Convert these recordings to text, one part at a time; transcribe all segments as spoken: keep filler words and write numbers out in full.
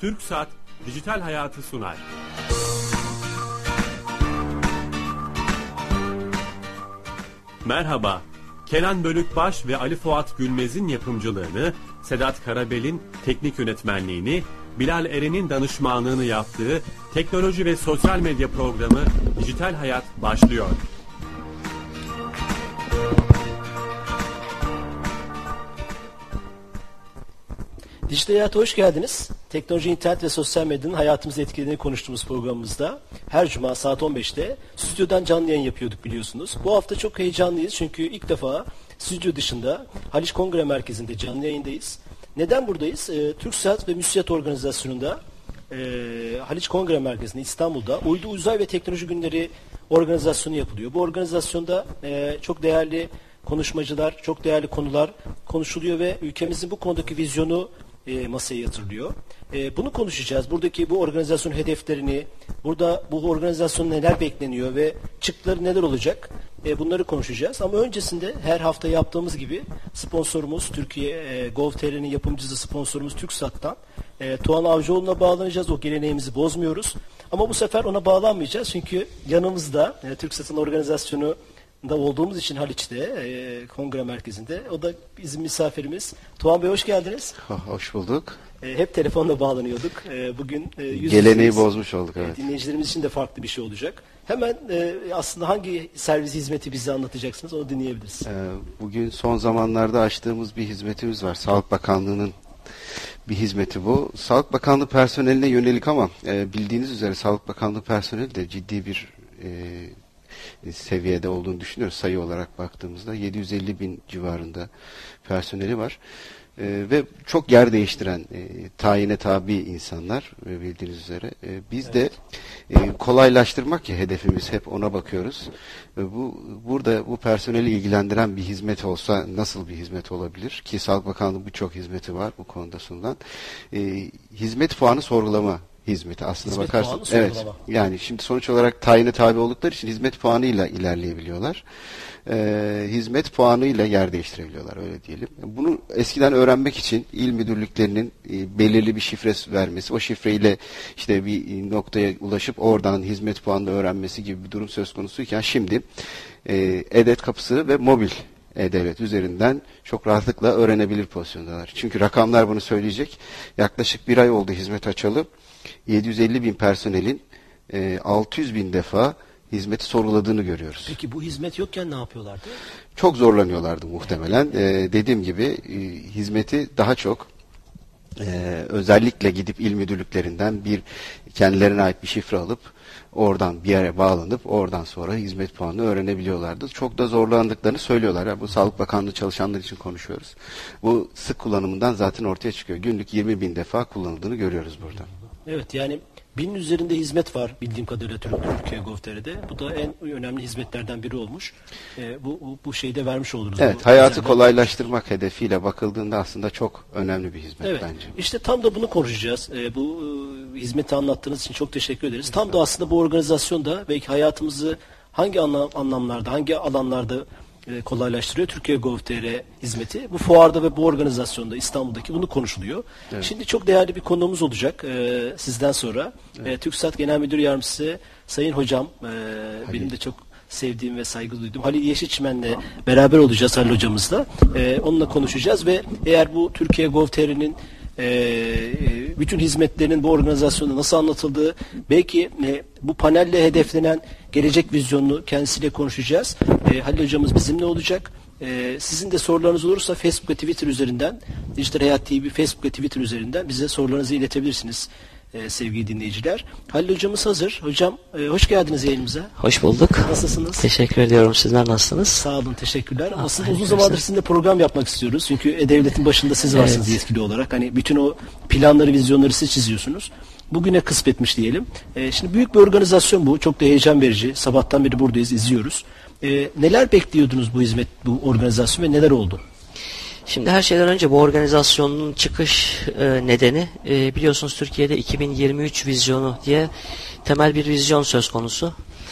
TürkSat Dijital Hayatı sunar. Merhaba, Kenan Bölükbaş ve Ali Fuat Gülmez'in yapımcılığını, Sedat Karabel'in teknik yönetmenliğini, Bilal Eren'in danışmanlığını yaptığı teknoloji ve sosyal medya programı Dijital Hayat başlıyor. Dijital Hayat'a hoş geldiniz. Teknoloji, internet ve sosyal medyanın hayatımızı etkilediğini konuştuğumuz programımızda her cuma saat on beşte stüdyodan canlı yayın yapıyorduk biliyorsunuz. Bu hafta çok heyecanlıyız çünkü ilk defa stüdyo dışında Haliç Kongre Merkezi'nde canlı yayındayız. Neden buradayız? Ee, TürkSat ve MÜSİAD organizasyonunda e, Haliç Kongre Merkezi'nde İstanbul'da Uydu Uzay ve Teknoloji Günleri organizasyonu yapılıyor. Bu organizasyonda e, çok değerli konuşmacılar, çok değerli konular konuşuluyor ve ülkemizin bu konudaki vizyonu E, masaya yatırılıyor. E, bunu konuşacağız. Buradaki bu organizasyon hedeflerini, burada bu organizasyonun neler bekleniyor ve çıktıları neler olacak? E, bunları konuşacağız. Ama öncesinde her hafta yaptığımız gibi sponsorumuz Türkiye e, Gov.tr'nin yapımcısı sponsorumuz TürkSat'tan e, Tuğan Avcıoğlu'na bağlanacağız. O geleneğimizi bozmuyoruz. Ama bu sefer ona bağlanmayacağız. Çünkü yanımızda e, TürkSat'ın organizasyonu da olduğumuz için Haliç'te, e, kongre merkezinde. O da bizim misafirimiz. Tuğan Bey hoş geldiniz. Hoş bulduk. E, hep telefonla bağlanıyorduk. E, bugün e, yüz Geleneği yüzeyiz. bozmuş olduk. Evet. E, dinleyicilerimiz için de farklı bir şey olacak. Hemen e, aslında hangi servis hizmeti bize anlatacaksınız onu dinleyebiliriz. E, bugün son zamanlarda açtığımız bir hizmetimiz var. Sağlık Bakanlığı'nın bir hizmeti bu. Sağlık Bakanlığı personeline yönelik ama e, bildiğiniz üzere Sağlık Bakanlığı personeli de ciddi bir e, seviyede olduğunu düşünüyoruz. Sayı olarak baktığımızda yedi yüz elli bin civarında personeli var. Ee, ve çok yer değiştiren e, tayine tabi insanlar e, bildiğiniz üzere. E, biz evet. de e, kolaylaştırmak ya hedefimiz, hep ona bakıyoruz. E, bu burada bu personeli ilgilendiren bir hizmet olsa nasıl bir hizmet olabilir ki Sağlık Bakanlığı birçok hizmeti var bu konuda sunulan. E, hizmet puanı sorgulama hizmeti aslında bakarsan. Evet. Yani şimdi sonuç olarak tayine tabi oldukları için hizmet puanıyla ilerleyebiliyorlar. Ee, hizmet puanıyla yer değiştirebiliyorlar, öyle diyelim. Bunu eskiden öğrenmek için il müdürlüklerinin e, belirli bir şifre vermesi, o şifreyle işte bir noktaya ulaşıp oradan hizmet puanını öğrenmesi gibi bir durum söz konusuyken şimdi e, E-Devlet kapısı ve mobil E-Devlet üzerinden çok rahatlıkla öğrenebilir pozisyondalar. Çünkü rakamlar bunu söyleyecek. Yaklaşık bir ay oldu hizmet açalı. yedi yüz elli bin personelin e, altı yüz bin defa hizmeti soruladığını görüyoruz. Peki bu hizmet yokken ne yapıyorlardı? Çok zorlanıyorlardı muhtemelen. Ee, dediğim gibi e, hizmeti daha çok e, özellikle gidip il müdürlüklerinden bir kendilerine ait bir şifre alıp oradan bir yere bağlanıp oradan sonra hizmet puanını öğrenebiliyorlardı. Çok da zorlandıklarını söylüyorlar. Yani bu Sağlık Bakanlığı çalışanlar için konuşuyoruz. Bu sık kullanımından zaten ortaya çıkıyor. Günlük yirmi bin defa kullanıldığını görüyoruz burada. Evet, yani binin üzerinde hizmet var bildiğim kadarıyla Türkiye Gov.tr'de. Bu da en önemli hizmetlerden biri olmuş. E, bu, bu bu şeyi de vermiş oluruz. Evet, hayatı kolaylaştırmak hedefiyle bakıldığında aslında çok önemli bir hizmet evet, bence. İşte tam da bunu konuşacağız. E, bu e, hizmeti anlattığınız için çok teşekkür ederiz. Tam da aslında bu organizasyonda belki hayatımızı hangi anlam, anlamlarda, hangi alanlarda e, kolaylaştırıyor Türkiye Gov.tr hizmeti. Bu fuarda ve bu organizasyonda İstanbul'daki bunu konuşuluyor. Evet. Şimdi çok değerli bir konuğumuz olacak e, sizden sonra. Evet. E, TürkSat Genel Müdür Yardımcısı Sayın Hocam, e, benim de çok sevdiğim ve saygı duyduğum Halil Yeşilçmen'le beraber olacağız, Halil Hocamızla. E, onunla konuşacağız ve eğer bu Türkiye Gov.tr'nin e, bütün hizmetlerinin bu organizasyonda nasıl anlatıldığı, belki e, bu panelle hedeflenen gelecek vizyonunu kendisiyle konuşacağız. E, Halil Hocamız bizimle olacak. E, sizin de sorularınız olursa Facebook ve Twitter üzerinden, Dijital Hayat T V Facebook ve Twitter üzerinden bize sorularınızı iletebilirsiniz. Ee, sevgili dinleyiciler. Halil Hocamız hazır. Hocam e, hoş geldiniz yayınımıza. Hoş bulduk. Nasılsınız? Teşekkür ediyorum. Sizler nasılsınız? Sağ olun. Teşekkürler. Aslında uzun zamandır sizinle program yapmak istiyoruz. Çünkü E-Devlet'in başında siz varsınız evet. yetkili olarak. Hani bütün o planları, vizyonları siz çiziyorsunuz. Bugüne kısmetmiş diyelim. E, şimdi büyük bir organizasyon bu. Çok da heyecan verici. Sabahtan beri buradayız, izliyoruz. E, neler bekliyordunuz bu hizmet, bu organizasyon ve neler oldu? Şimdi her şeyden önce bu organizasyonun çıkış e, nedeni e, biliyorsunuz Türkiye'de iki bin yirmi üç vizyonu diye temel bir vizyon söz konusu.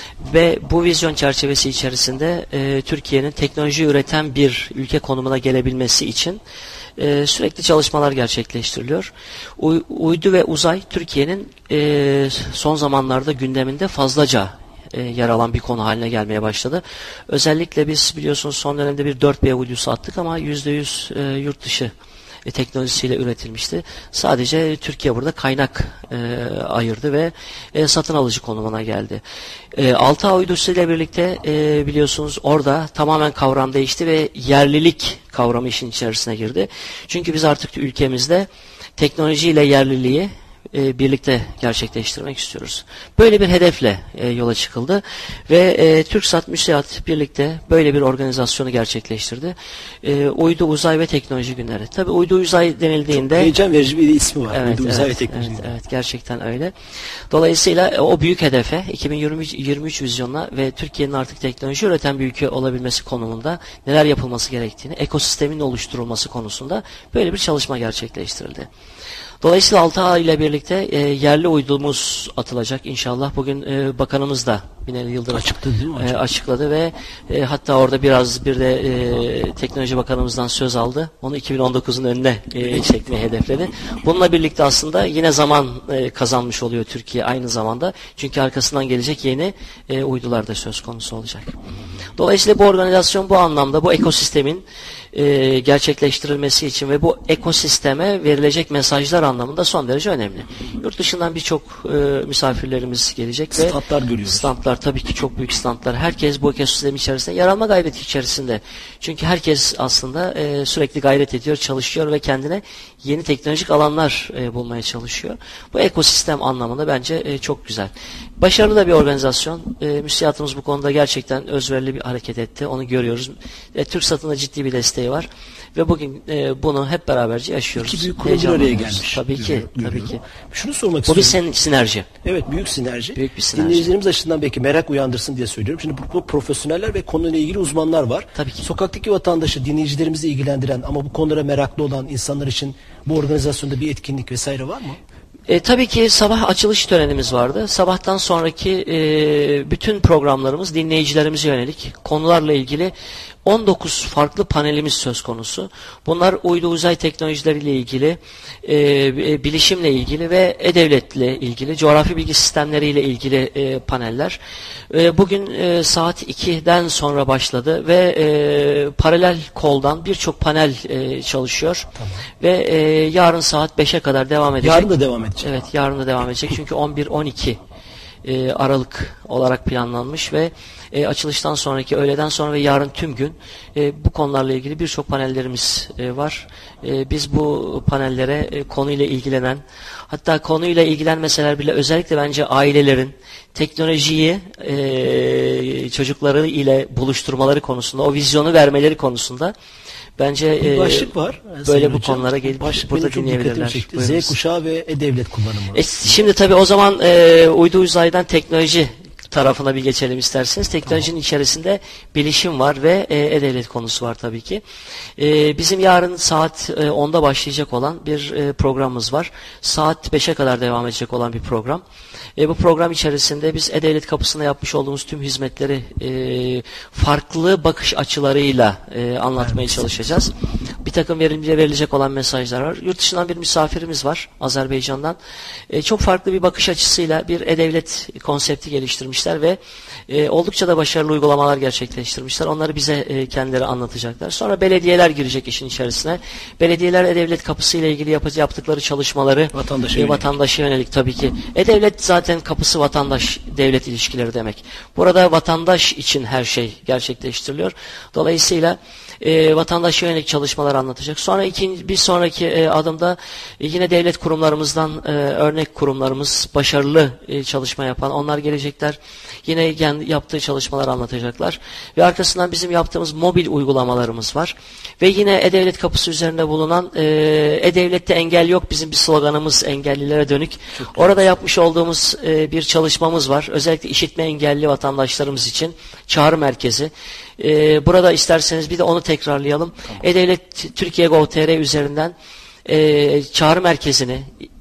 Ve bu vizyon çerçevesi içerisinde e, Türkiye'nin teknoloji üreten bir ülke konumuna gelebilmesi için e, sürekli çalışmalar gerçekleştiriliyor. U, uydu ve uzay Türkiye'nin e, son zamanlarda gündeminde fazlaca e, yer alan bir konu haline gelmeye başladı. Özellikle biz biliyorsunuz son dönemde bir dört B uydusu attık ama yüzde yüz e, yurt dışı E, teknolojisiyle üretilmişti. Sadece Türkiye burada kaynak e, ayırdı ve e, satın alıcı konumuna geldi. E, altı A uydusu ile birlikte e, biliyorsunuz orada tamamen kavram değişti ve yerlilik kavramı işin içerisine girdi. Çünkü biz artık ülkemizde teknolojiyle yerliliği E, birlikte gerçekleştirmek istiyoruz. Böyle bir hedefle e, yola çıkıldı ve e, TürkSat Müsiat birlikte böyle bir organizasyonu gerçekleştirdi. E, Uydu, Uzay ve Teknoloji Günleri. Tabii Uydu Uzay denildiğinde çok heyecan verici bir ismi var. Evet, Uydu, Uzay evet, ve Teknoloji evet, Günleri. evet, gerçekten öyle. Dolayısıyla e, o büyük hedefe iki bin yirmi üç, yirmi üç vizyonuna ve Türkiye'nin artık teknoloji üreten bir ülke olabilmesi konumunda neler yapılması gerektiğini, ekosistemin oluşturulması konusunda böyle bir çalışma gerçekleştirildi. Dolayısıyla altı A ile birlikte e, yerli uydumuz atılacak inşallah. Bugün e, bakanımız da Binali Yıldırım Açıkladı değil mi? e, açıkladı ve e, hatta orada biraz bir de e, teknoloji bakanımızdan söz aldı. Onu iki bin on dokuzun önüne e, çekmeyi hedefledi. Bununla birlikte aslında yine zaman e, kazanmış oluyor Türkiye aynı zamanda. Çünkü arkasından gelecek yeni e, uydular da söz konusu olacak. Dolayısıyla bu organizasyon bu anlamda bu ekosistemin e, gerçekleştirilmesi için ve bu ekosisteme verilecek mesajlar anlamında son derece önemli. Yurt dışından birçok e, misafirlerimiz gelecek ve Standlar görüyoruz. standlar tabii ki çok büyük standlar. Herkes bu ekosistem içerisinde yer alma gayreti içerisinde. Çünkü herkes aslında e, sürekli gayret ediyor, çalışıyor ve kendine yeni teknolojik alanlar e, bulmaya çalışıyor. Bu ekosistem anlamında bence e, çok güzel. Başarılı da bir organizasyon. E, müsiyatımız bu konuda gerçekten özverili bir hareket etti. Onu görüyoruz. E, TürkSat'ın da ciddi bir desteği var. Ve bugün e, bunu hep beraberce yaşıyoruz. İki büyük kurumlar araya Heyecanlanıyoruz. gelmiş. Tabii ki. Görüyorum. Tabii ki. Şunu sormak Bu bir istiyorum. sen, sinerji. Evet, büyük sinerji. Büyük bir sinerji. Dinleyicilerimiz açısından belki merak uyandırsın diye söylüyorum. Şimdi bu, bu profesyoneller ve konuyla ilgili uzmanlar var. Tabii ki. Sokaktaki vatandaşı, dinleyicilerimizi ilgilendiren ama bu konulara meraklı olan insanlar için bu organizasyonda bir etkinlik vesaire var mı? E, tabii ki sabah açılış törenimiz vardı. Sabahtan sonraki e, bütün programlarımız dinleyicilerimize yönelik konularla ilgili on dokuz farklı panelimiz söz konusu. Bunlar uydu uzay teknolojileriyle ilgili, e, bilişimle ilgili ve e-devletle ilgili, coğrafi bilgi sistemleriyle ilgili e, paneller. E, bugün e, saat ikiden sonra başladı ve e, paralel koldan birçok panel e, çalışıyor. Tamam. Ve e, yarın saat beşe kadar devam edecek. Yarın da devam edecek. Evet, yarın da devam edecek. Çünkü on bir on iki e, Aralık olarak planlanmış ve e, açılıştan sonraki öğleden sonra ve yarın tüm gün e, bu konularla ilgili birçok panellerimiz e, var. E, biz bu panellere e, konuyla ilgilenen, hatta konuyla ilgilenmeseler bile özellikle bence ailelerin teknolojiyi e, çocukları ile buluşturmaları konusunda, o vizyonu vermeleri konusunda bence Bir e, başlık var. böyle Sayın bu Hocam. konolara gelip Başlık burada benim çok dikkatimi dinleyebilirler. çekti. Buyurunuz. Z kuşağı ve e-devlet kullanımı. E, şimdi tabii o zaman e, uydu uzaydan teknoloji tarafına bir geçelim isterseniz. Teknolojinin tamam. içerisinde bilişim var ve e, e-devlet konusu var tabii ki. E, bizim yarın saat e, onda başlayacak olan bir e, programımız var. Saat beşe kadar devam edecek olan bir program. E, bu program içerisinde biz e-devlet kapısında yapmış olduğumuz tüm hizmetleri e, farklı bakış açılarıyla e, anlatmaya evet. çalışacağız. Bir takım verilecek, verilecek olan mesajlar var. Yurt dışından bir misafirimiz var, Azerbaycan'dan. E, çok farklı bir bakış açısıyla bir e-devlet konsepti geliştirmişler ve e, oldukça da başarılı uygulamalar gerçekleştirmişler. Onları bize e, kendileri anlatacaklar. Sonra belediyeler girecek işin içerisine. Belediyeler e-devlet kapısıyla ilgili yap yaptıkları çalışmaları vatandaşa, e, yönelik. vatandaşa yönelik tabii ki. E-devlet zaten kapısı vatandaş-devlet ilişkileri demek. Burada vatandaş için her şey gerçekleştiriliyor. Dolayısıyla e, vatandaşa yönelik çalışmalar anlatacak. Sonra ikinci, bir sonraki e, adımda e, yine devlet kurumlarımızdan e, örnek kurumlarımız, başarılı e, çalışma yapan onlar gelecekler. Yine kendi yaptığı çalışmalar anlatacaklar. Ve arkasından bizim yaptığımız mobil uygulamalarımız var. Ve yine E-Devlet kapısı üzerinde bulunan e, E-Devlet'te engel yok bizim bir sloganımız engellilere dönük. Orada yapmış olduğumuz e, bir çalışmamız var. Özellikle işitme engelli vatandaşlarımız için çağrı merkezi. E, burada isterseniz bir de onu tekrarlayalım. Tamam. E-Devlet Türkiye nokta gov nokta tr üzerinden e, çağrı merkezini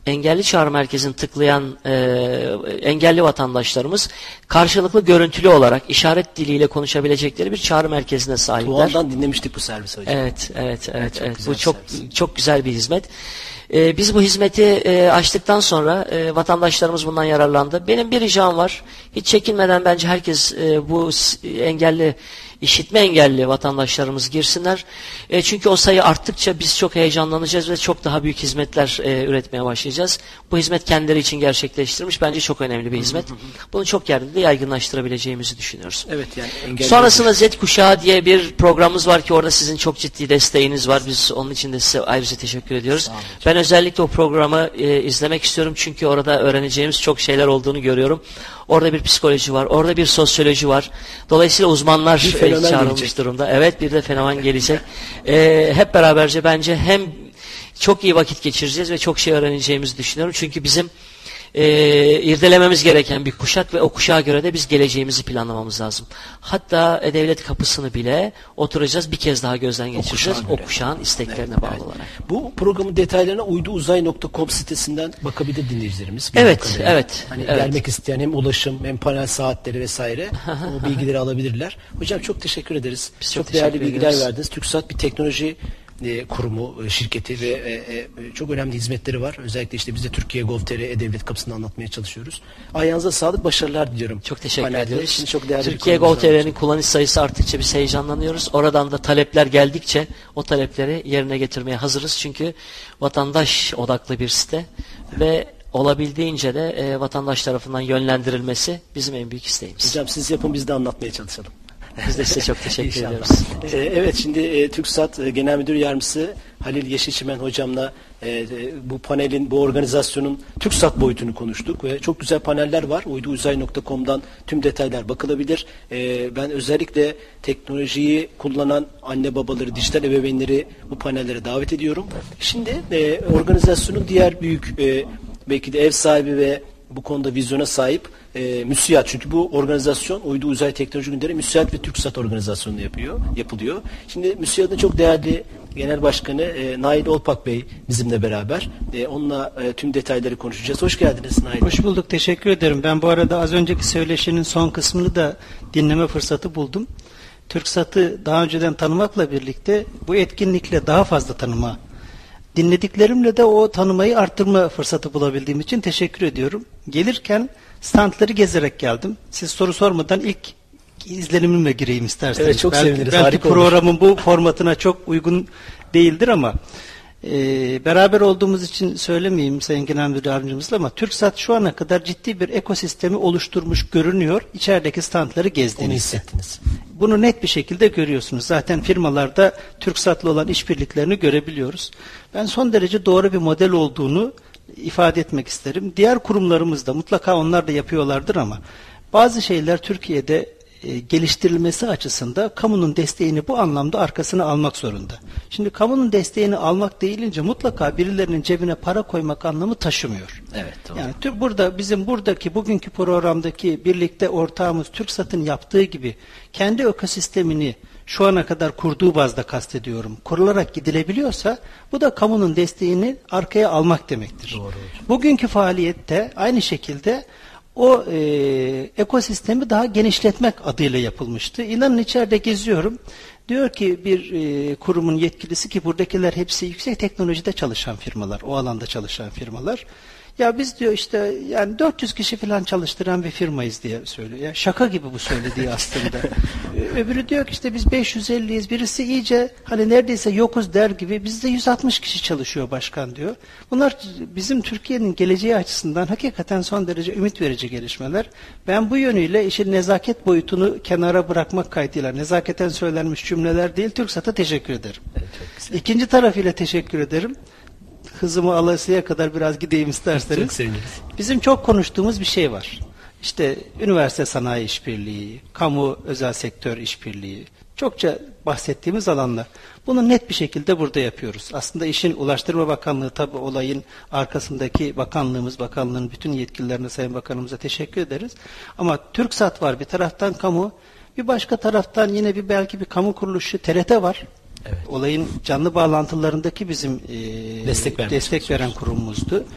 engelli çağrı merkezini tıklayan e, engelli vatandaşlarımız karşılıklı görüntülü olarak işaret diliyle konuşabilecekleri bir çağrı merkezine sahipler. Tuğan'dan dinlemiştik bu servisi hocam. Evet, evet, evet. çok evet. güzel Bu çok servis. çok güzel bir hizmet. Ee, biz bu hizmeti e, açtıktan sonra e, vatandaşlarımız bundan yararlandı. Benim bir ricam var. Hiç çekinmeden bence herkes e, bu s- engelli, işitme engelli vatandaşlarımız girsinler. E, çünkü o sayı arttıkça biz çok heyecanlanacağız ve çok daha büyük hizmetler e, üretmeye başlayacağız. Bu hizmet kendileri için gerçekleştirmiş. Bence çok önemli bir hizmet. Bunu çok yerde de yaygınlaştırabileceğimizi düşünüyoruz. Evet yani engelli. Sonrasında Z kuşağı diye bir programımız var ki orada sizin çok ciddi desteğiniz var. Biz onun için de size ayrıca teşekkür ediyoruz. Ben özellikle o programı e, izlemek istiyorum çünkü orada öğreneceğimiz çok şeyler olduğunu görüyorum. Orada bir psikoloji var, orada bir sosyoloji var. Dolayısıyla uzmanlar Bir fenomen e, çağrılmış gelecek. durumda. Evet, bir de fenomen gelecek. E, hep beraberce bence hem çok iyi vakit geçireceğiz ve çok şey öğreneceğimizi düşünüyorum. Çünkü bizim e, irdelememiz gereken bir kuşak ve o kuşağa göre de biz geleceğimizi planlamamız lazım. Hatta e, devlet kapısını bile oturacağız, bir kez daha gözden geçireceğiz. O, göre. kuşağın isteklerine Evet, bağlı evet. olarak. Bu programın detaylarına uydu uzay nokta com sitesinden bakabilir dinleyicilerimiz. Evet, Bildiğim kadarıyla. evet, Hani evet. gelmek isteyen hem ulaşım hem panel saatleri vesaire o bilgileri alabilirler. Hocam çok teşekkür ederiz. Biz çok çok değerli teşekkür bilgiler ediyoruz. verdiniz. TürkSat bir teknoloji e, kurumu, e, şirketi ve e, e, çok önemli hizmetleri var. Özellikle işte biz de Türkiye Gov.tr E-Devlet kapısını anlatmaya çalışıyoruz. Ayağınıza sağlık, başarılar diliyorum. Çok teşekkür Panelde. ediyoruz. Şimdi çok değerli bir Türkiye konumuz var. Gov.tr'nin kullanıcı sayısı arttıkça biz heyecanlanıyoruz. Oradan da talepler geldikçe o talepleri yerine getirmeye hazırız. Çünkü vatandaş odaklı bir site ve olabildiğince de e, vatandaş tarafından yönlendirilmesi bizim en büyük isteğimiz. Hocam siz yapın, biz de anlatmaya çalışalım. Biz de size çok teşekkür İnşallah. ediyoruz. Ee, evet, şimdi e, TürkSat e, Genel Müdür Yardımcısı Halil Yeşilçimen hocamla e, e, bu panelin, bu organizasyonun TürkSat boyutunu konuştuk ve çok güzel paneller var. uydu uzay nokta com'dan tüm detaylar bakılabilir. E, ben özellikle teknolojiyi kullanan anne babaları, dijital ebeveynleri bu panellere davet ediyorum. Şimdi e, organizasyonun diğer büyük e, belki de ev sahibi ve bu konuda vizyona sahip e, MÜSİAD, çünkü bu organizasyon Uydu Uzay Teknoloji Günleri MÜSİAD ve TürkSat organizasyonu yapıyor, yapılıyor. Şimdi MÜSİAD'ın çok değerli Genel Başkanı e, Nail Olpak Bey bizimle beraber. E, onunla e, tüm detayları konuşacağız. Hoş geldiniz Nail. Hoş bulduk, teşekkür ederim. Ben bu arada az önceki söyleşinin son kısmını da dinleme fırsatı buldum. TürkSat'ı daha önceden tanımakla birlikte bu etkinlikle daha fazla tanıma, dinlediklerimle de o tanımayı arttırma fırsatı bulabildiğim için teşekkür ediyorum. Gelirken standları gezerek geldim. Siz soru sormadan ilk izlenimimle gireyim isterseniz. Evet, çok belki, seviniriz. belki Harika olur. programın bu formatına çok uygun değildir ama e, beraber olduğumuz için söylemeyeyim Sayın Genel Müdür Yardımcımızla ama TürkSat şu ana kadar ciddi bir ekosistemi oluşturmuş görünüyor. İçerideki standları Onu gezdiğinizde. hissettiniz. Bunu net bir şekilde görüyorsunuz. Zaten firmalarda TürkSat'la olan işbirliklerini görebiliyoruz. Ben son derece doğru bir model olduğunu ifade etmek isterim. Diğer kurumlarımız da mutlaka onlar da yapıyorlardır ama bazı şeyler Türkiye'de e, geliştirilmesi açısından kamunun desteğini bu anlamda arkasına almak zorunda. Şimdi kamunun desteğini almak deyilince mutlaka birilerinin cebine para koymak anlamı taşımıyor. Evet, doğru. Yani tür- burada bizim buradaki bugünkü programdaki birlikte ortağımız TürkSat'ın yaptığı gibi kendi ekosistemini şu ana kadar kurduğu bazda kastediyorum. Kurularak gidilebiliyorsa bu da kamunun desteğini arkaya almak demektir. Doğru hocam. Bugünkü faaliyette aynı şekilde o e, ekosistemi daha genişletmek adıyla yapılmıştı. İnanın içeride geziyorum. Diyor ki bir e, kurumun yetkilisi ki buradakiler hepsi yüksek teknolojide çalışan firmalar, o alanda çalışan firmalar. Ya biz diyor işte yani dört yüz kişi falan çalıştıran bir firmayız diye söylüyor. Ya şaka gibi bu söylediği aslında. Öbürü diyor ki işte biz beş yüz elliyiz. Birisi iyice hani neredeyse yokuz der gibi bizde yüz altmış kişi çalışıyor başkan diyor. Bunlar bizim Türkiye'nin geleceği açısından hakikaten son derece ümit verici gelişmeler. Ben bu yönüyle işin nezaket boyutunu kenara bırakmak kaydıyla nezaketen söylenmiş cümleler değil TürkSat'a teşekkür ederim. Evet, çok güzel. İkinci tarafıyla teşekkür ederim. Hızımı alasıya kadar biraz gideyim isterseniz. Çok seviniriz. Bizim çok konuştuğumuz bir şey var. İşte üniversite sanayi işbirliği, kamu özel sektör işbirliği. Çokça bahsettiğimiz alanlar. Bunu net bir şekilde burada yapıyoruz. Aslında işin Ulaştırma Bakanlığı tabii olayın arkasındaki bakanlığımız, bakanlığın bütün yetkililerine, Sayın Bakanımıza teşekkür ederiz. Ama TürkSat var bir taraftan kamu, bir başka taraftan yine bir belki bir kamu kuruluşu T R T var. Evet. Olayın canlı bağlantılarındaki bizim e, Destek vermeye destek veren kurumumuzdu.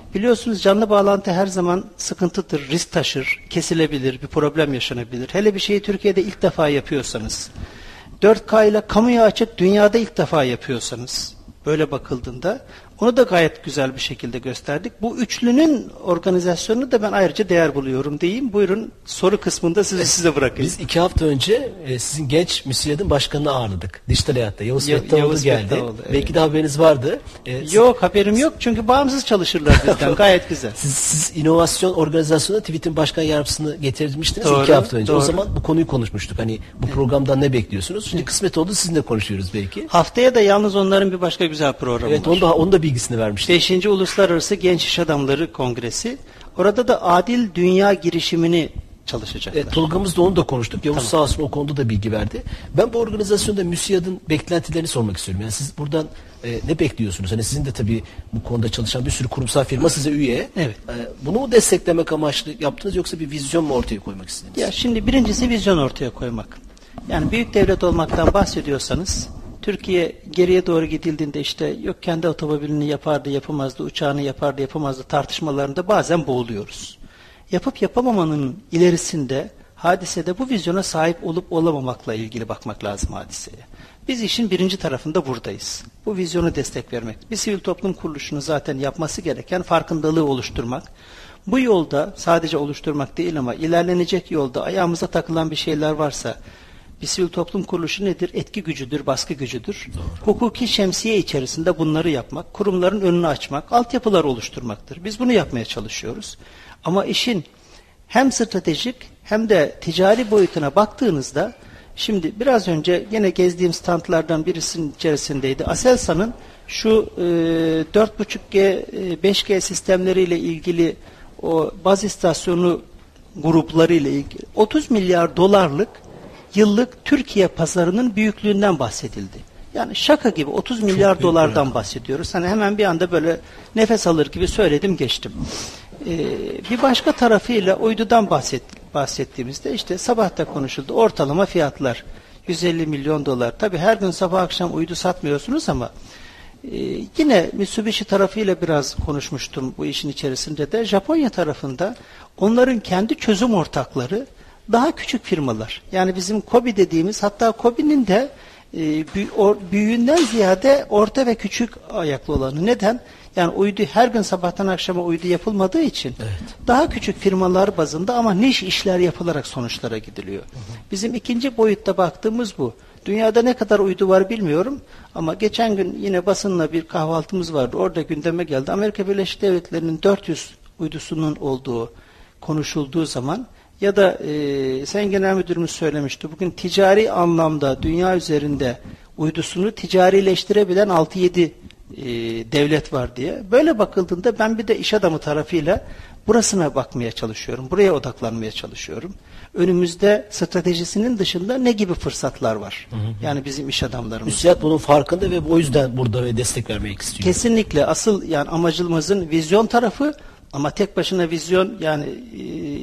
Biliyorsunuz canlı bağlantı her zaman sıkıntıdır, risk taşır, kesilebilir, bir problem yaşanabilir. Hele bir şeyi Türkiye'de ilk defa yapıyorsanız, dört K ile kamuya açık dünyada ilk defa yapıyorsanız, böyle bakıldığında onu da gayet güzel bir şekilde gösterdik. Bu üçlünün organizasyonunu da ben ayrıca değer buluyorum diyeyim. Buyurun, soru kısmında sizi size bırakayım. Biz iki hafta önce e, sizin genç müsiyadın başkanını ağırladık. Dijital Hayatta. Yavuz Ya- Fettavoğlu Yavuz geldi. Fettavoğlu, evet. Belki de haberiniz vardı. E, siz- Yok, haberim yok çünkü bağımsız çalışırlar bizden. Gayet güzel. Siz, siz inovasyon organizasyonu TÜBİT'in başkan yardımcısını getirmiştiniz Doğru, iki hafta önce. doğru. O zaman bu konuyu konuşmuştuk. Hani bu programdan ne bekliyorsunuz? Şimdi kısmet oldu, sizinle konuşuyoruz belki. Haftaya da yalnız onların bir başka güzel programı Evet, var. onu da, onu da bilgisini vermiştik. Beşinci Uluslararası Genç İş Adamları Kongresi. Orada da adil dünya girişimini çalışacaklar. Evet, programımızda onu da konuştuk. Yavuz sağ olsun o konuda da bilgi verdi. Ben bu organizasyonda MÜSİAD'ın beklentilerini sormak istiyorum. Yani siz buradan e, ne bekliyorsunuz? Hani sizin de tabii bu konuda çalışan bir sürü kurumsal firma size üye. Evet. E, bunu mu desteklemek amaçlı yaptınız yoksa bir vizyon mu ortaya koymak istediniz? Ya şimdi birincisi vizyon ortaya koymak. Yani büyük devlet olmaktan bahsediyorsanız, Türkiye geriye doğru gidildiğinde işte yok kendi otomobilini yapardı, yapamazdı, uçağını yapardı, yapamazdı tartışmalarında bazen boğuluyoruz. Yapıp yapamamanın ilerisinde, hadisede bu vizyona sahip olup olamamakla ilgili bakmak lazım hadiseye. Biz işin birinci tarafında buradayız. Bu vizyonu destek vermek. Bir sivil toplum kuruluşunun zaten yapması gereken farkındalığı oluşturmak. Bu yolda sadece oluşturmak değil ama ilerlenecek yolda ayağımıza takılan bir şeyler varsa, bir sivil toplum kuruluşu nedir? Etki gücüdür, baskı gücüdür. Doğru. Hukuki şemsiye içerisinde bunları yapmak, kurumların önünü açmak, altyapılar oluşturmaktır. Biz bunu yapmaya çalışıyoruz. Ama işin hem stratejik hem de ticari boyutuna baktığınızda, şimdi biraz önce yine gezdiğim standlardan birisinin içerisindeydi. Aselsan'ın şu e, dört buçuk G, e, beş G sistemleriyle ilgili o baz istasyonu grupları ile ilgili otuz milyar dolarlık yıllık Türkiye pazarının büyüklüğünden bahsedildi. Yani şaka gibi otuz milyar dolardan bahsediyoruz. Hani hemen bir anda böyle nefes alır gibi söyledim geçtim. Ee, bir başka tarafıyla uydudan bahset, bahsettiğimizde işte sabah da konuşuldu. Ortalama fiyatlar yüz elli milyon dolar. Tabii her gün sabah akşam uydu satmıyorsunuz ama e, yine Mitsubishi tarafıyla biraz konuşmuştum bu işin içerisinde de. Japonya tarafında onların kendi çözüm ortakları daha küçük firmalar. Yani bizim KOBİ dediğimiz, hatta KOBİ'nin de e, büy- or, büyüğünden ziyade orta ve küçük ayaklı olanı. Neden? Yani uydu her gün sabahtan akşama uydu yapılmadığı için evet. Daha küçük firmalar bazında ama niş işler yapılarak sonuçlara gidiliyor. Hı hı. Bizim ikinci boyutta baktığımız bu. Dünyada ne kadar uydu var bilmiyorum ama geçen gün yine basınla bir kahvaltımız vardı. Orada gündeme geldi. Amerika Birleşik Devletleri'nin dört yüz uydusunun olduğu konuşulduğu zaman ya da e, Sayın Genel Müdürümüz söylemişti. Bugün ticari anlamda dünya üzerinde uydusunu ticarileştirebilen altı yedi e, devlet var diye. Böyle bakıldığında ben bir de iş adamı tarafıyla burasına bakmaya çalışıyorum. Buraya odaklanmaya çalışıyorum. Önümüzde stratejisinin dışında ne gibi fırsatlar var? Hı hı. Yani bizim iş adamlarımız. MÜSİAD bunun farkında ve o yüzden burada ve destek vermek istiyor. Kesinlikle. Asıl yani amacımızın vizyon tarafı ama tek başına vizyon yani e,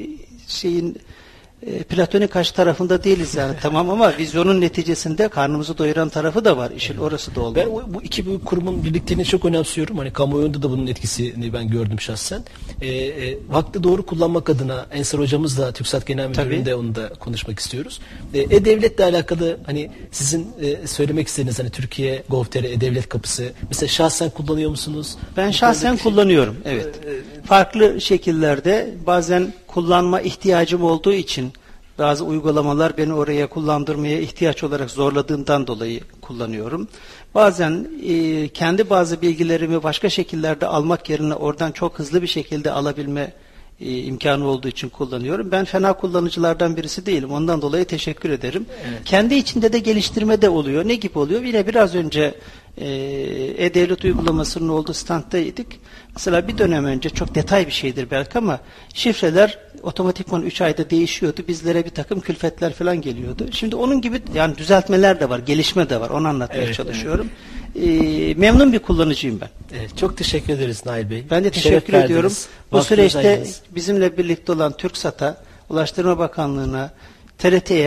şeyin e, platonik kaç tarafında değiliz yani tamam ama vizyonun neticesinde karnımızı doyuran tarafı da var. İşin evet. Orası da olmalı. Ben o, bu iki büyük kurumun birlikteliğini çok önemsiyorum. Hani kamuoyunda da bunun etkisini ben gördüm şahsen. E, e, vakti doğru kullanmak adına Ensar hocamız da TürkSat Genel Müdürü'nde onu da konuşmak istiyoruz. E, E-Devlet'le alakalı hani sizin e, söylemek istediğiniz hani Türkiye Gov.tr E-Devlet kapısı mesela şahsen kullanıyor musunuz? Ben şahsen kullanıyorum. Şey, evet. E, Farklı şekillerde bazen kullanma ihtiyacım olduğu için bazı uygulamalar beni oraya kullandırmaya ihtiyaç olarak zorladığından dolayı kullanıyorum. Bazen e, kendi bazı bilgilerimi başka şekillerde almak yerine oradan çok hızlı bir şekilde alabilme e, imkanı olduğu için kullanıyorum. Ben fena kullanıcılardan birisi değilim. Ondan dolayı teşekkür ederim. Evet. Kendi içinde de geliştirme de oluyor. Ne gibi oluyor? Yine biraz önce E-Devlet uygulamasının olduğu standdaydık. Mesela bir dönem önce çok detay bir şeydir belki ama şifreler otomatikman üç ayda değişiyordu. Bizlere bir takım külfetler falan geliyordu. Şimdi onun gibi yani düzeltmeler de var, gelişme de var. Onu anlatmaya evet, çalışıyorum. Evet. E, memnun bir kullanıcıyım ben. Evet, çok teşekkür ederiz Nail Bey. Ben de teşekkür Şeref ediyorum. Verdiniz. Bu Vaktiniz süreçte ayınız. Bizimle birlikte olan TürkSat'a, Ulaştırma Bakanlığı'na, T R T'ye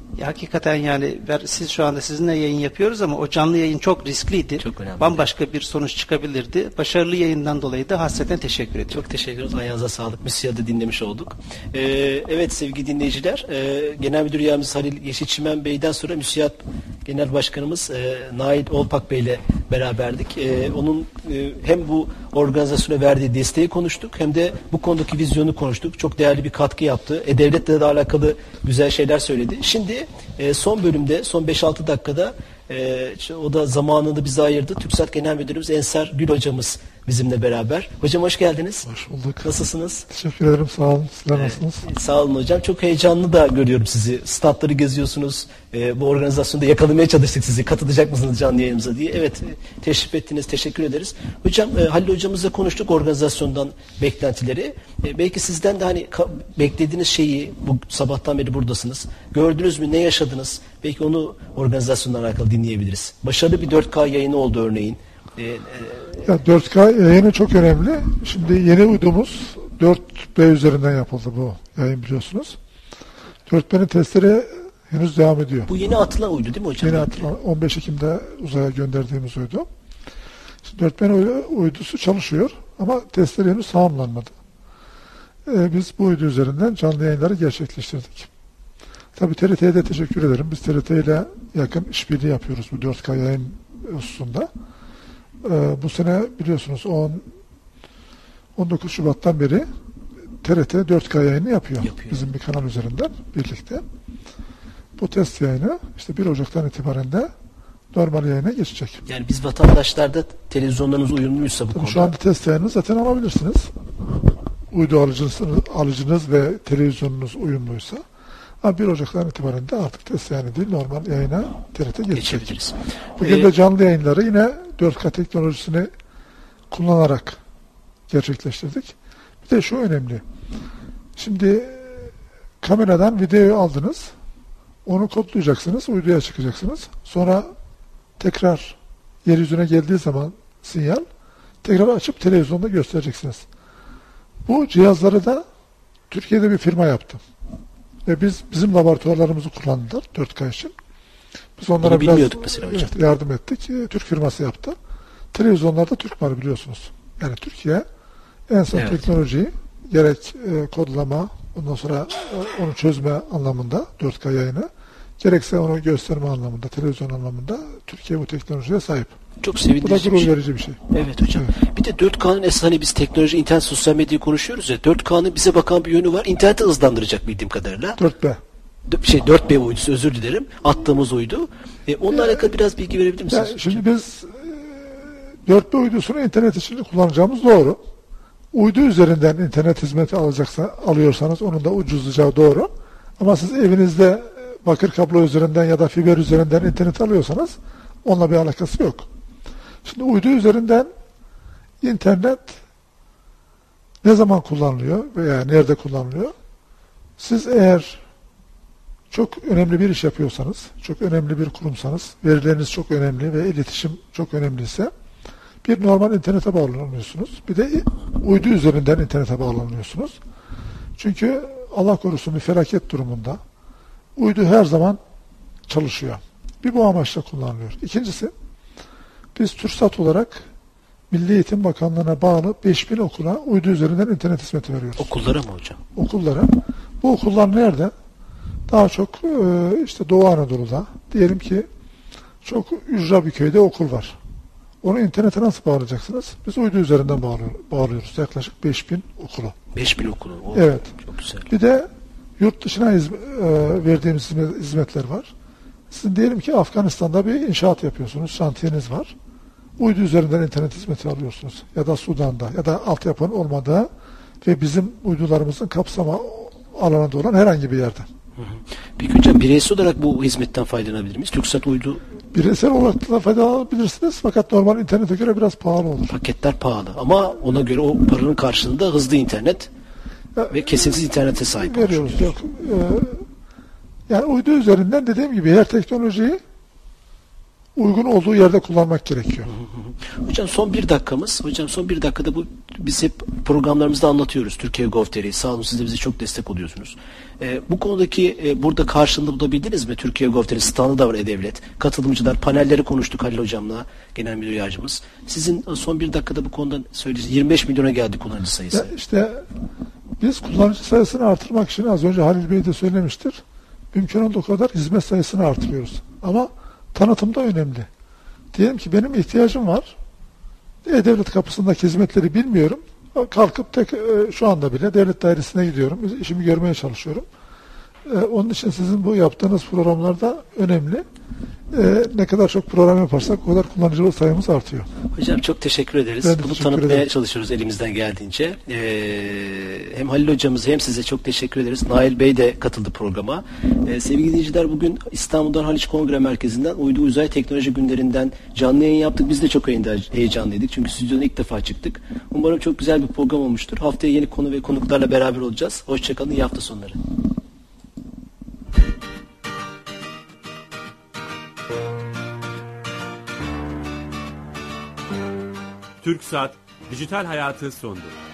Ya hakikaten yani ben, siz şu anda sizinle yayın yapıyoruz ama o canlı yayın çok riskliydi. Çok önemli. Bambaşka bir sonuç çıkabilirdi. Başarılı yayından dolayı da hasreten teşekkür ediyorum. Çok teşekkür ederiz. Ayağınıza sağlık. Müsiyatı dinlemiş olduk. Ee, evet sevgili dinleyiciler, e, Genel Müdür Yardımcısı Halil Yeşilçimen Bey'den sonra Müsiyat Genel Başkanımız e, Nail Olpak Bey ile beraberdik. E, onun e, hem bu organizasyona verdiği desteği konuştuk hem de bu konudaki vizyonu konuştuk. Çok değerli bir katkı yaptı. E-Devlet'le de alakalı güzel şeyler söyledi. Şimdi e, son bölümde, son beş altı dakikada e, o da zamanını bize ayırdı. TürkSat Genel Müdürümüz Ensar Gül hocamız bizimle beraber. Hocam hoş geldiniz. Hoş bulduk. Nasılsınız? Teşekkür ederim. Sağ olun. Sizler nasılsınız? Ee, sağ olun hocam. Çok heyecanlı da görüyorum sizi. Statları geziyorsunuz. Ee, bu organizasyonda yakalamaya çalıştık sizi. Katılacak mısınız canlı yayınımıza diye. Evet, e, teşrif ettiniz. Teşekkür ederiz. Hocam e, Halil hocamızla konuştuk organizasyondan beklentileri. E, belki sizden de hani ka- beklediğiniz şeyi, bu sabahtan beri buradasınız. Gördünüz mü? Ne yaşadınız? Belki onu organizasyondan alakalı dinleyebiliriz. Başarılı bir dört K yayını oldu örneğin. E, e, Ya dört K yayını çok önemli. Şimdi yeni uydumuz dört B üzerinden yapıldı bu yayın biliyorsunuz. dört B'nin testleri henüz devam ediyor. Bu yeni atılan uydu değil mi hocam? Yeni atılan on beş Ekim'de uzaya gönderdiğimiz uydu. Şimdi dört B'nin uydusu çalışıyor ama testleri henüz tamamlanmadı. Ee, biz bu uydu üzerinden canlı yayınları gerçekleştirdik. Tabii T R T'ye de teşekkür ederim. Biz T R T ile yakın işbirliği yapıyoruz bu dört K yayın hususunda. Ee, bu sene biliyorsunuz on on dokuz Şubat'tan beri T R T dört K yayını yapıyor. Yapıyor. Bizim bir kanal üzerinden birlikte. Bu test yayını işte bir Ocak'tan itibaren de normal yayına geçecek. Yani biz vatandaşlarda televizyonlarımız uyumluysa bu Tabii konuda. şu anda test yayını zaten alabilirsiniz. Uydu alıcınız, alıcınız ve televizyonunuz uyumluysa. Ama bir Ocak'tan itibaren de artık test yayını değil normal yayına T R T geçecek. Geçebiliriz. Bugün Ee, de canlı yayınları yine dört K teknolojisini kullanarak gerçekleştirdik. Bir de şu önemli. Şimdi kameradan videoyu aldınız. Onu kodlayacaksınız. Uyduya çıkacaksınız. Sonra tekrar yeryüzüne geldiği zaman sinyal tekrar açıp televizyonda göstereceksiniz. Bu cihazları da Türkiye'de bir firma yaptı. Ve biz bizim laboratuvarlarımızı kullandılar dört K için. Biz onlara Bunu biraz bilmiyorduk mesela hocam. evet, yardım ettik. E, Türk firması yaptı. Televizyonlarda Türk var biliyorsunuz. Yani Türkiye en son Evet. teknolojiyi gerek e, kodlama, ondan sonra e, onu çözme anlamında dört K yayını, gerekse onu gösterme anlamında, televizyon anlamında Türkiye bu teknolojiye sahip. Çok Bu da sevindirici bir gurur şey. verici bir şey. Evet hocam. Bir de dört K'nın esas hani biz teknoloji, internet, sosyal medyayı konuşuyoruz ya. dört K'nın bize bakan bir yönü var. İnterneti hızlandıracak bildiğim kadarıyla. dört B. D- Şey dört B uydusu özür dilerim. Attığımız uydu. E, onunla alakalı biraz bilgi verebilir misiniz? Yani şimdi biz e, dört B uydusunu internet için kullanacağımız doğru. Uydu üzerinden internet hizmeti alacaksa, alıyorsanız onun da ucuzlayacağı doğru. Ama siz evinizde e, bakır kablo üzerinden ya da fiber üzerinden internet alıyorsanız onunla bir alakası yok. Şimdi uydu üzerinden internet ne zaman kullanılıyor veya nerede kullanılıyor? Siz eğer çok önemli bir iş yapıyorsanız, çok önemli bir kurumsanız, verileriniz çok önemli ve iletişim çok önemliyse bir normal internete bağlanıyorsunuz. Bir de uydu üzerinden internete bağlanıyorsunuz. Çünkü Allah korusun bir felaket durumunda uydu her zaman çalışıyor. Bir bu amaçla kullanılıyor. İkincisi, biz TürkSat olarak Milli Eğitim Bakanlığı'na bağlı beş bin okula uydu üzerinden internet hizmeti veriyoruz. Okullara mı hocam? Okullara. Bu okullar nerede? Daha çok e, işte Doğu Anadolu'da. Diyelim ki çok ücra bir köyde okul var. Onu internete nasıl bağlayacaksınız? Biz uydu üzerinden bağlıyor, bağlıyoruz. Yaklaşık beş bin okulu. beş bin okulu. O, Evet. Çok güzel. Bir de yurt dışına hizm- e, verdiğimiz hizmet- hizmetler var. Sizin diyelim ki Afganistan'da bir inşaat yapıyorsunuz. Şantiyeniz var. Uydu üzerinden internet hizmeti alıyorsunuz. Ya da Sudan'da ya da altyapının olmadığı ve bizim uydularımızın kapsama alanında olan herhangi bir yerde. Peki hocam bireysel olarak bu hizmetten faydalanabilir miyiz? TürkSat uydu Bireysel olarak da faydalanabilirsiniz fakat normal internete göre biraz pahalı olur. paketler pahalı ama ona göre o paranın karşılığında hızlı internet Ya, ve kesintisiz internete sahip veriyoruz. olmuş. Yok. Ee, yani uydu üzerinden dediğim gibi her teknolojiyi uygun olduğu yerde kullanmak gerekiyor. Hocam son bir dakikamız. Hocam son bir dakikada bu biz hep programlarımızda anlatıyoruz. Türkiye Gov.tr. Sağ olun, siz de bize çok destek oluyorsunuz. Ee, bu konudaki e, burada karşılığını bulabildiniz mi? Türkiye Gov.tr standı da var E-Devlet. Katılımcılar, panelleri konuştuk Halil Hocam'la, Genel Müdür Yardımcımız. Sizin son bir dakikada bu konuda söylediğiniz yirmi beş milyona geldi kullanıcı sayısı. Ya işte biz kullanıcı sayısını artırmak için az önce Halil Bey de söylemiştir. Mümkün olduğu kadar hizmet sayısını artırıyoruz. Ama tanıtım da önemli. Diyelim ki benim ihtiyacım var. E-Devlet kapısındaki hizmetleri bilmiyorum. Kalkıp tek, şu anda bile devlet dairesine gidiyorum. İşimi görmeye çalışıyorum. Onun için sizin bu yaptığınız programlarda önemli. Ee, ne kadar çok program yaparsak o kadar kullanıcı sayımız artıyor. Hocam çok teşekkür ederiz. Ben de Bunu teşekkür tanıtmaya ederim. çalışıyoruz elimizden geldiğince. Ee, hem Halil Hocamıza hem size çok teşekkür ederiz. Nail Bey de katıldı programa. Ee, sevgili dinleyiciler, bugün İstanbul'dan Haliç Kongre Merkezi'nden Uydu Uzay Teknoloji Günlerinden canlı yayın yaptık. Biz de çok heyecanlıydık. Çünkü stüdyodan ilk defa çıktık. Umarım çok güzel bir program olmuştur. Haftaya yeni konu ve konuklarla beraber olacağız. Hoşçakalın. İyi hafta sonları. TürkSat Dijital Hayatı sondu.